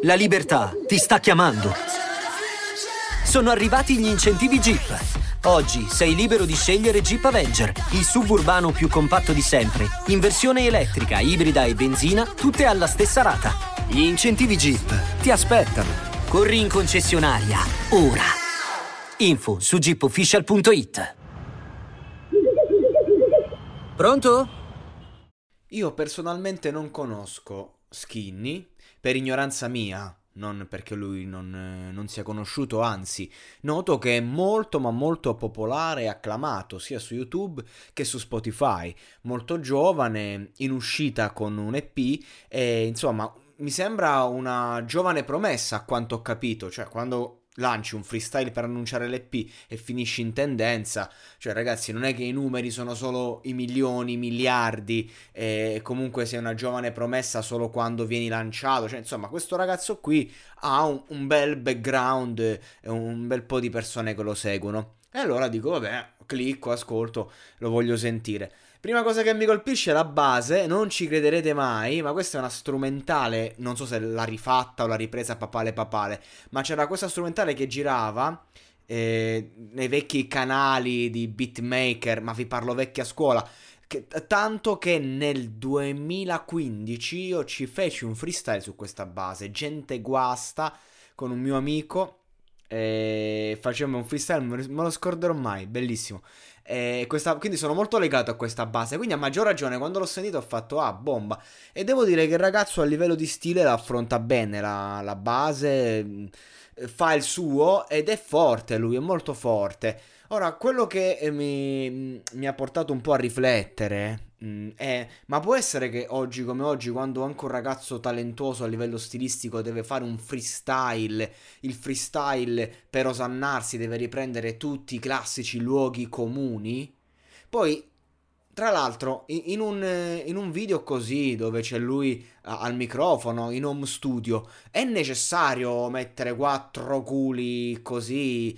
La libertà ti sta chiamando. Sono arrivati gli incentivi Jeep. Oggi sei libero di scegliere Jeep Avenger, il SUV urbano più compatto di sempre, in versione elettrica, ibrida e benzina, tutte alla stessa rata. Gli incentivi Jeep ti aspettano. Corri in concessionaria, ora. Info su jeepofficial.it. Pronto? Io personalmente non conosco Skinny, per ignoranza mia, non perché lui non sia conosciuto, anzi, noto che è molto ma molto popolare e acclamato sia su YouTube che su Spotify. Molto giovane, in uscita con un EP e insomma mi sembra una giovane promessa a quanto ho capito, cioè quando lanci un freestyle per annunciare l'EP e finisci in tendenza, cioè ragazzi non è che i numeri sono solo i milioni, i miliardi e comunque sei una giovane promessa solo quando vieni lanciato, cioè insomma questo ragazzo qui ha un bel background e un bel po' di persone che lo seguono e allora dico vabbè, clicco, ascolto, lo voglio sentire. Prima cosa che mi colpisce è la base, non ci crederete mai, ma questa è una strumentale, non so se l'ha rifatta o l'ha ripresa papale papale, ma c'era questa strumentale che girava nei vecchi canali di beatmaker, ma vi parlo vecchia scuola, tanto che nel 2015 io ci feci un freestyle su questa base, gente guasta, con un mio amico, facemmo un freestyle, me lo scorderò mai, bellissimo. Quindi sono molto legato a questa base, quindi a maggior ragione quando l'ho sentito ho fatto bomba, e devo dire che il ragazzo a livello di stile la affronta bene la base, fa il suo ed è forte, lui è molto forte. Ora quello che mi ha portato un po' a riflettere ma può essere che oggi come oggi, quando anche un ragazzo talentuoso a livello stilistico deve fare un freestyle, il freestyle per osannarsi deve riprendere tutti i classici luoghi comuni? Poi, tra l'altro, in un video così, dove c'è lui al microfono, in home studio, è necessario mettere quattro culi così?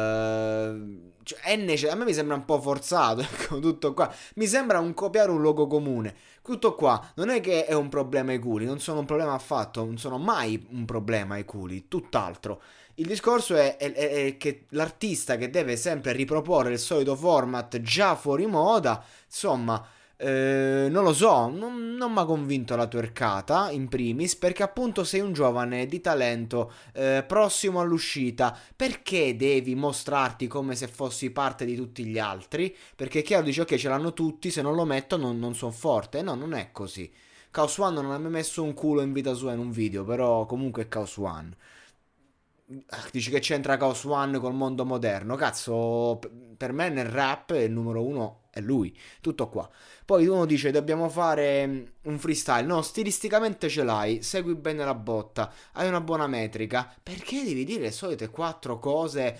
Cioè, a me mi sembra un po' forzato, ecco, tutto qua. Mi sembra copiare un luogo comune. Tutto qua, non è che è un problema i culi, non sono un problema affatto, non sono mai un problema i culi, tutt'altro. Il discorso è che l'artista che deve sempre riproporre il solito format già fuori moda, insomma, non lo so, non mi ha convinto la twerkata, in primis, perché appunto sei un giovane di talento, prossimo all'uscita, perché devi mostrarti come se fossi parte di tutti gli altri? Perché chiaro, dici ok, ce l'hanno tutti, se non lo metto non sono forte. No, non è così. Chaos One non ha mai messo un culo in vita sua in un video, però comunque è Chaos One. Dici che c'entra Chaos One col mondo moderno? Cazzo, per me nel rap il numero uno è lui. Tutto qua. Poi uno dice dobbiamo fare un freestyle. No, stilisticamente ce l'hai, segui bene la botta, hai una buona metrica. Perché devi dire le solite quattro cose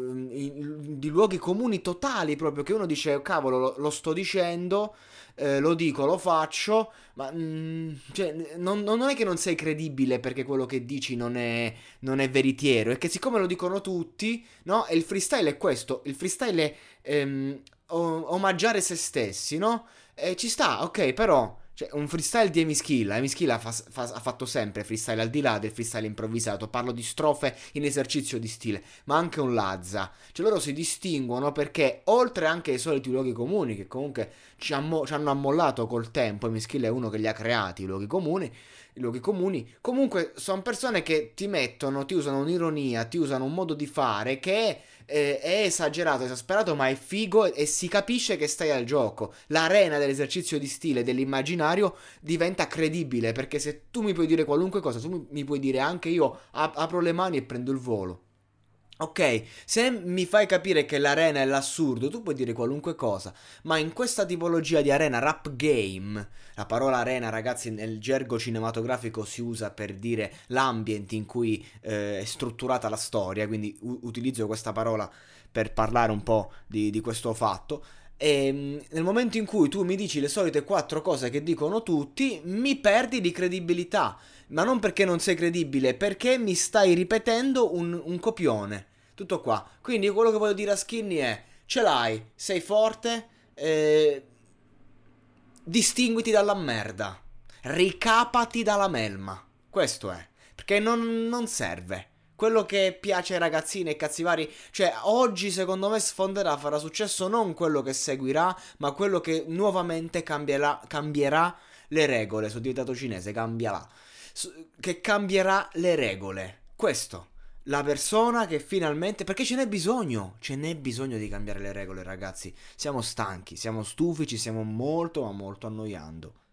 di luoghi comuni totali, proprio che uno dice cavolo, lo sto dicendo, lo dico, lo faccio, ma cioè, non è che non sei credibile perché quello che dici non è veritiero, è che siccome lo dicono tutti, no? E il freestyle è questo, il freestyle è omaggiare se stessi, no? E ci sta, ok, però cioè, un freestyle di Emischilla ha fatto sempre freestyle, al di là del freestyle improvvisato, parlo di strofe in esercizio di stile, ma anche un Lazza, cioè loro si distinguono perché oltre anche ai soliti luoghi comuni che comunque ci hanno ammollato col tempo, Emischilla è uno che li ha creati i luoghi comuni, comunque sono persone che ti usano un'ironia, ti usano un modo di fare che è esagerato, esasperato, ma è figo e si capisce che stai al gioco. L'arena dell'esercizio di stile, dell'immaginario diventa credibile, perché se tu mi puoi dire qualunque cosa, tu mi puoi dire anche io apro le mani e prendo il volo. Ok, se mi fai capire che l'arena è l'assurdo, tu puoi dire qualunque cosa, ma in questa tipologia di arena rap game, la parola arena, ragazzi, nel gergo cinematografico si usa per dire l'ambient in cui è strutturata la storia, quindi utilizzo questa parola per parlare un po' di questo fatto. E nel momento in cui tu mi dici le solite quattro cose che dicono tutti, mi perdi di credibilità. Ma non perché non sei credibile, perché mi stai ripetendo un copione. Tutto qua. Quindi quello che voglio dire a Skinny è: ce l'hai, sei forte, distinguiti dalla merda, ricapati dalla melma. Questo è. perché non serve. Quello che piace ai ragazzini e cazzi vari, cioè oggi secondo me sfonderà, farà successo non quello che seguirà, ma quello che nuovamente cambierà le regole. Sono diventato cinese, cambierà. Che cambierà le regole. Questo. La persona che finalmente... Perché ce n'è bisogno di cambiare le regole, ragazzi. Siamo stanchi, siamo stufi, ci stiamo molto ma molto annoiando.